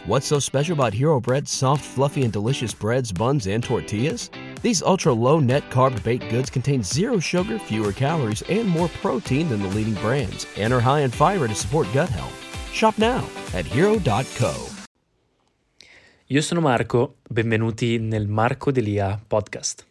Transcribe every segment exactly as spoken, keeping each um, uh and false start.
What's so special about Hero Bread's soft, fluffy, and delicious breads, buns, and tortillas? These ultra-low net-carb baked goods contain zero sugar, fewer calories, and more protein than the leading brands, and are high in fiber to support gut health. Shop now at hero dot co. Io sono Marco, benvenuti nel Marco Delia podcast.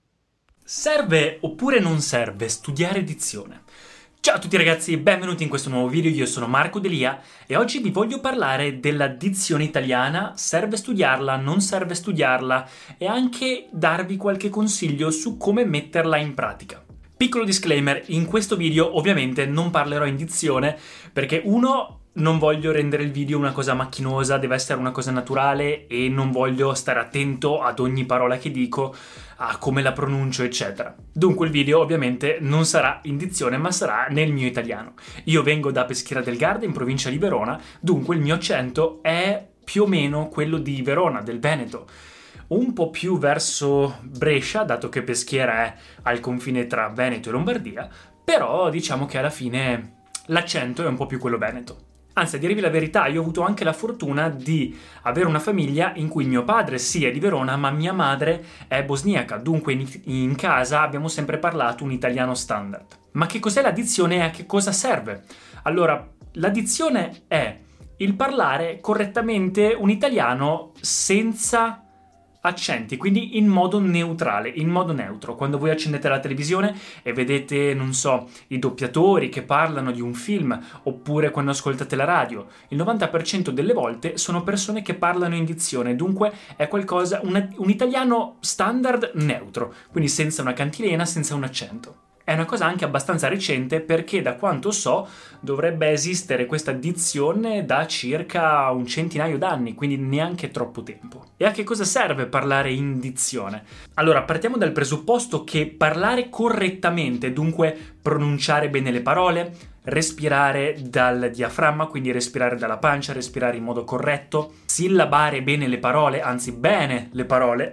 Serve oppure non serve studiare dizione? Ciao a tutti ragazzi, benvenuti in questo nuovo video, io sono Marco Delia e oggi vi voglio parlare della dizione italiana, serve studiarla, non serve studiarla e anche darvi qualche consiglio su come metterla in pratica. Piccolo disclaimer, in questo video ovviamente non parlerò in dizione perché uno, non voglio rendere il video una cosa macchinosa, deve essere una cosa naturale e non voglio stare attento ad ogni parola che dico, a come la pronuncio, eccetera. Dunque il video ovviamente non sarà in dizione, ma sarà nel mio italiano. Io vengo da Peschiera del Garda, in provincia di Verona, dunque il mio accento è più o meno quello di Verona, del Veneto. Un po' più verso Brescia, dato che Peschiera è al confine tra Veneto e Lombardia, però diciamo che alla fine l'accento è un po' più quello veneto. Anzi, a dirvi la verità, io ho avuto anche la fortuna di avere una famiglia in cui mio padre sì è di Verona, ma mia madre è bosniaca, dunque in, in casa abbiamo sempre parlato un italiano standard. Ma che cos'è la dizione e a che cosa serve? Allora, la dizione è il parlare correttamente un italiano senza accenti, quindi in modo neutrale, in modo neutro. Quando voi accendete la televisione e vedete, non so, i doppiatori che parlano di un film, oppure quando ascoltate la radio, il novanta per cento delle volte sono persone che parlano in dizione, dunque è qualcosa, un, un italiano standard neutro, quindi senza una cantilena, senza un accento. È una cosa anche abbastanza recente perché da quanto so dovrebbe esistere questa dizione da circa un centinaio d'anni, quindi neanche troppo tempo. E a che cosa serve parlare in dizione? Allora, partiamo dal presupposto che parlare correttamente, dunque pronunciare bene le parole, respirare dal diaframma, quindi respirare dalla pancia, respirare in modo corretto, sillabare bene le parole, anzi bene le parole,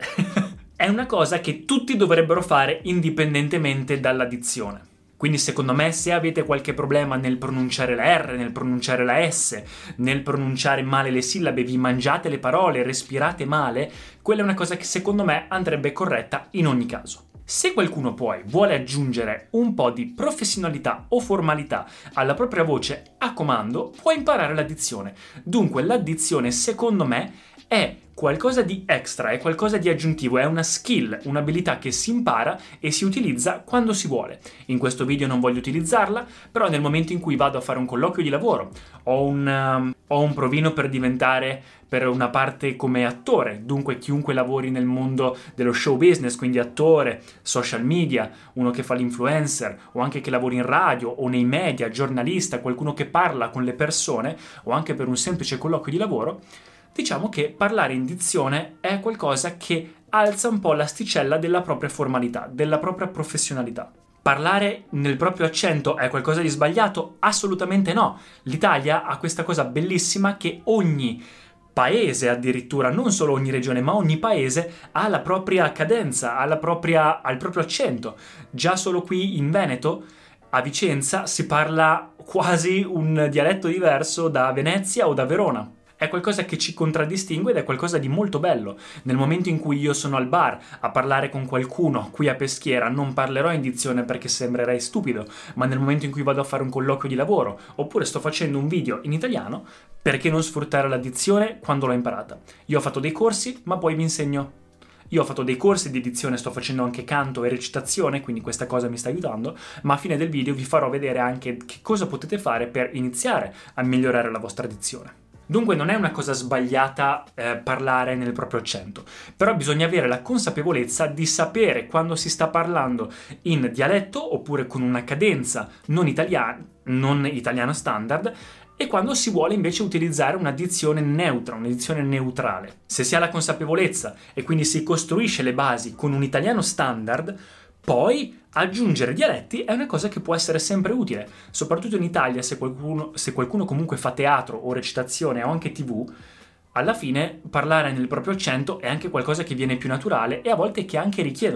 è una cosa che tutti dovrebbero fare indipendentemente dalla dizione. Quindi secondo me se avete qualche problema nel pronunciare la R, nel pronunciare la S, nel pronunciare male le sillabe, vi mangiate le parole, respirate male, quella è una cosa che secondo me andrebbe corretta in ogni caso. Se qualcuno poi vuole aggiungere un po' di professionalità o formalità alla propria voce a comando, può imparare la dizione. Dunque la dizione secondo me è qualcosa di extra, è qualcosa di aggiuntivo, è una skill, un'abilità che si impara e si utilizza quando si vuole. In questo video non voglio utilizzarla, però nel momento in cui vado a fare un colloquio di lavoro, ho un, um, ho un provino per diventare per una parte come attore, dunque chiunque lavori nel mondo dello show business, quindi attore, social media, uno che fa l'influencer, o anche che lavori in radio o nei media, giornalista, qualcuno che parla con le persone, o anche per un semplice colloquio di lavoro, diciamo che parlare in dizione è qualcosa che alza un po' l'asticella della propria formalità, della propria professionalità. Parlare nel proprio accento è qualcosa di sbagliato? Assolutamente no. L'Italia ha questa cosa bellissima che ogni paese, addirittura non solo ogni regione, ma ogni paese ha la propria cadenza, ha la propria, ha il proprio accento. Già solo qui in Veneto, a Vicenza, si parla quasi un dialetto diverso da Venezia o da Verona. È qualcosa che ci contraddistingue ed è qualcosa di molto bello. Nel momento in cui io sono al bar a parlare con qualcuno qui a Peschiera non parlerò in dizione perché sembrerei stupido, ma nel momento in cui vado a fare un colloquio di lavoro oppure sto facendo un video in italiano, perché non sfruttare la dizione quando l'ho imparata? Io ho fatto dei corsi, ma poi vi insegno. Io ho fatto dei corsi di dizione, sto facendo anche canto e recitazione, quindi questa cosa mi sta aiutando, ma a fine del video vi farò vedere anche che cosa potete fare per iniziare a migliorare la vostra dizione. Dunque non è una cosa sbagliata eh, parlare nel proprio accento, però bisogna avere la consapevolezza di sapere quando si sta parlando in dialetto oppure con una cadenza non italiana, non italiano standard, e quando si vuole invece utilizzare una dizione neutra, una dizione neutrale. Se si ha la consapevolezza e quindi si costruisce le basi con un italiano standard, poi aggiungere dialetti è una cosa che può essere sempre utile, soprattutto in Italia se qualcuno, se qualcuno comunque fa teatro o recitazione o anche tivù, alla fine parlare nel proprio accento è anche qualcosa che viene più naturale e a volte che anche richiedono.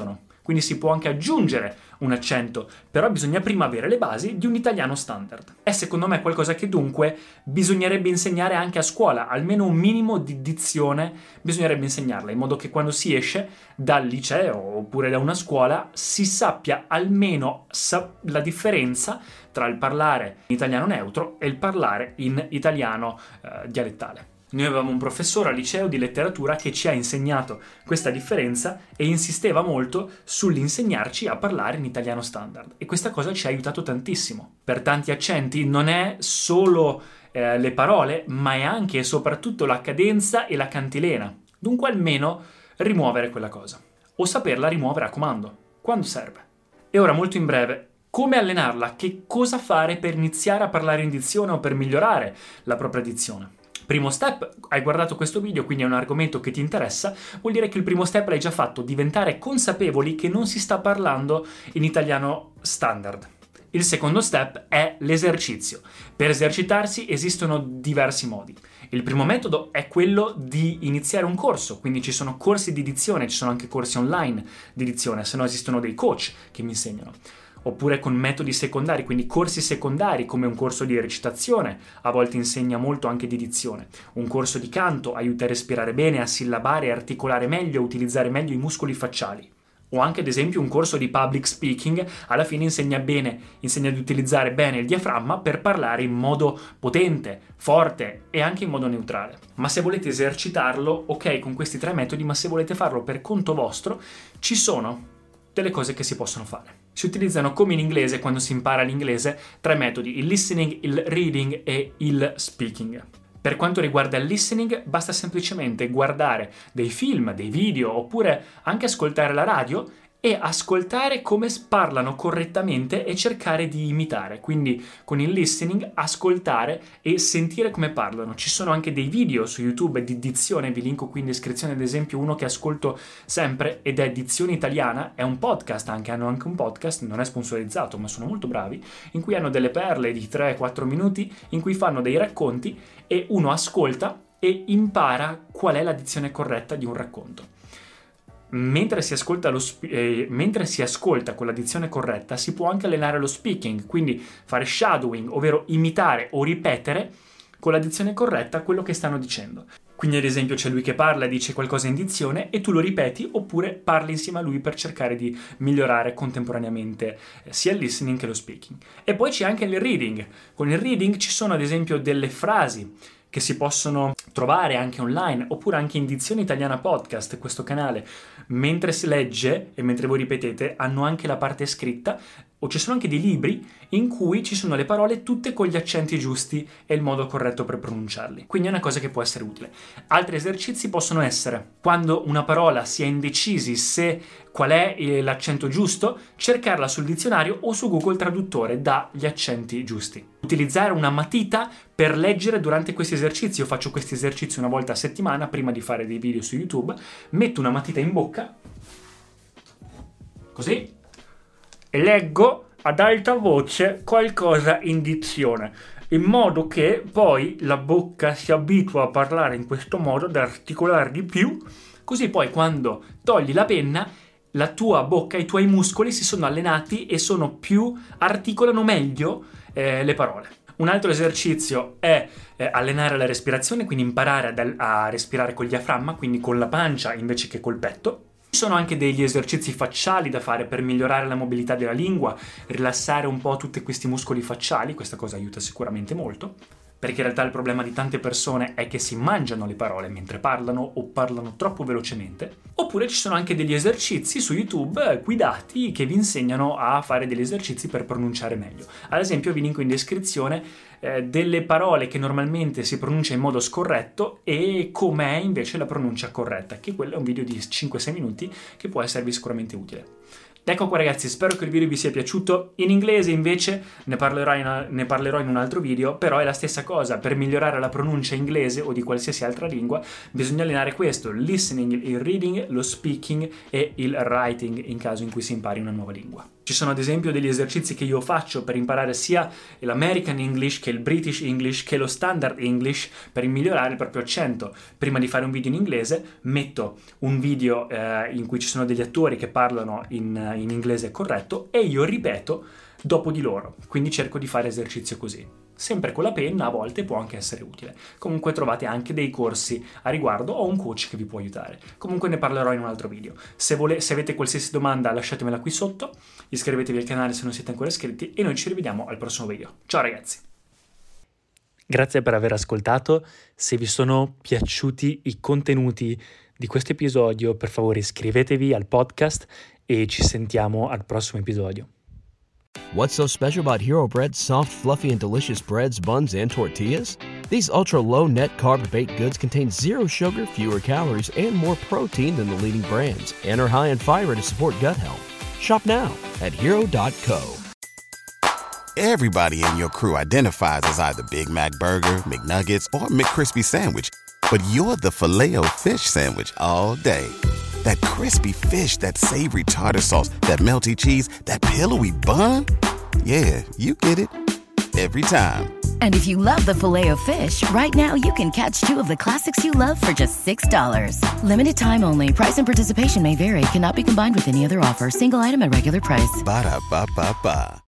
quindi si può anche aggiungere un accento, però bisogna prima avere le basi di un italiano standard. È secondo me qualcosa che dunque bisognerebbe insegnare anche a scuola, almeno un minimo di dizione bisognerebbe insegnarla, in modo che quando si esce dal liceo oppure da una scuola si sappia almeno sa- la differenza tra il parlare in italiano neutro e il parlare in italiano eh, dialettale. Noi avevamo un professore al liceo di letteratura che ci ha insegnato questa differenza e insisteva molto sull'insegnarci a parlare in italiano standard, e questa cosa ci ha aiutato tantissimo. Per tanti accenti non è solo eh, le parole, ma è anche e soprattutto la cadenza e la cantilena. Dunque almeno rimuovere quella cosa, o saperla rimuovere a comando, quando serve. E ora, molto in breve, come allenarla? Che cosa fare per iniziare a parlare in dizione o per migliorare la propria dizione? Primo step, hai guardato questo video, quindi è un argomento che ti interessa, vuol dire che il primo step l'hai già fatto, diventare consapevoli che non si sta parlando in italiano standard. Il secondo step è l'esercizio. Per esercitarsi esistono diversi modi. Il primo metodo è quello di iniziare un corso, quindi ci sono corsi di dizione, ci sono anche corsi online di dizione, se no esistono dei coach che mi insegnano. Oppure con metodi secondari, quindi corsi secondari come un corso di recitazione, a volte insegna molto anche di dizione. Un corso di canto aiuta a respirare bene, a sillabare, a articolare meglio, a utilizzare meglio i muscoli facciali. O anche ad esempio un corso di public speaking alla fine insegna bene, insegna ad utilizzare bene il diaframma per parlare in modo potente, forte e anche in modo neutrale. Ma se volete esercitarlo, ok, con questi tre metodi, ma se volete farlo per conto vostro, ci sono delle cose che si possono fare. Si utilizzano, come in inglese quando si impara l'inglese, tre metodi: il listening, il reading e il speaking. Per quanto riguarda il listening, basta semplicemente guardare dei film, dei video, oppure anche ascoltare la radio e ascoltare come parlano correttamente e cercare di imitare. Quindi con il listening ascoltare e sentire come parlano. Ci sono anche dei video su YouTube di dizione, vi linko qui in descrizione ad esempio uno che ascolto sempre ed è Dizione Italiana, è un podcast, anche hanno anche un podcast, non è sponsorizzato ma sono molto bravi, in cui hanno delle perle di tre quattro minuti in cui fanno dei racconti e uno ascolta e impara qual è la dizione corretta di un racconto. Mentre si ascolta lo sp- eh, mentre si ascolta con la dizione corretta si può anche allenare lo speaking, quindi fare shadowing, ovvero imitare o ripetere con la dizione corretta quello che stanno dicendo. Quindi ad esempio c'è lui che parla e dice qualcosa in dizione e tu lo ripeti oppure parli insieme a lui per cercare di migliorare contemporaneamente eh, sia il listening che lo speaking. E poi c'è anche il reading. Con il reading ci sono ad esempio delle frasi che si possono trovare anche online oppure anche in Dizione Italiana Podcast, questo canale, mentre si legge e mentre voi ripetete hanno anche la parte scritta, o ci sono anche dei libri in cui ci sono le parole tutte con gli accenti giusti e il modo corretto per pronunciarli. Quindi è una cosa che può essere utile. Altri esercizi possono essere, quando una parola si è indecisi se qual è l'accento giusto, cercarla sul dizionario o su Google Traduttore dagli accenti giusti. Utilizzare una matita per leggere durante questi esercizi. Io faccio questi esercizi una volta a settimana prima di fare dei video su YouTube, metto una matita in bocca, così, e leggo ad alta voce qualcosa in dizione, in modo che poi la bocca si abitua a parlare in questo modo, ad articolare di più, così poi quando togli la penna la tua bocca, i tuoi muscoli si sono allenati e sono più, articolano meglio eh, le parole. Un altro esercizio è eh, allenare la respirazione, quindi imparare ad, a respirare col diaframma, quindi con la pancia invece che col petto. Ci sono anche degli esercizi facciali da fare per migliorare la mobilità della lingua, rilassare un po' tutti questi muscoli facciali, questa cosa aiuta sicuramente molto, perché in realtà il problema di tante persone è che si mangiano le parole mentre parlano o parlano troppo velocemente. Oppure ci sono anche degli esercizi su YouTube guidati che vi insegnano a fare degli esercizi per pronunciare meglio. Ad esempio vi linko in descrizione eh, delle parole che normalmente si pronuncia in modo scorretto e com'è invece la pronuncia corretta, che quello è un video di cinque sei minuti che può esservi sicuramente utile. Ecco qua ragazzi, spero che il video vi sia piaciuto. In inglese invece ne parlerò in, ne parlerò in un altro video, però è la stessa cosa. Per migliorare la pronuncia inglese o di qualsiasi altra lingua bisogna allenare questo: il listening, il reading, lo speaking e il writing in caso in cui si impari una nuova lingua. Ci sono ad esempio degli esercizi che io faccio per imparare sia l'American English che il British English che lo Standard English per migliorare il proprio accento. Prima di fare un video in inglese metto un video eh, in cui ci sono degli attori che parlano in, in inglese corretto e io ripeto dopo di loro, quindi cerco di fare esercizio così. Sempre con la penna a volte può anche essere utile. Comunque trovate anche dei corsi a riguardo o un coach che vi può aiutare. Comunque ne parlerò in un altro video. Se, vole- se avete qualsiasi domanda lasciatemela qui sotto, iscrivetevi al canale se non siete ancora iscritti e noi ci rivediamo al prossimo video. Ciao ragazzi! Grazie per aver ascoltato. Se vi sono piaciuti i contenuti di questo episodio, per favore iscrivetevi al podcast e ci sentiamo al prossimo episodio. What's so special about Hero Bread's soft, fluffy, and delicious breads, buns, and tortillas? These ultra-low net-carb baked goods contain zero sugar, fewer calories, and more protein than the leading brands, and are high in fiber to support gut health. Shop now at hero dot co. Everybody in your crew identifies as either Big Mac Burger, McNuggets, or McCrispy Sandwich. But you're the Filet-O-Fish Sandwich all day. That crispy fish, that savory tartar sauce, that melty cheese, that pillowy bun. Yeah, you get it. Every time. And if you love the Filet-O-Fish, right now you can catch two of the classics you love for just six dollars. Limited time only. Price and participation may vary. Cannot be combined with any other offer. Single item at regular price. Ba-da-ba-ba-ba.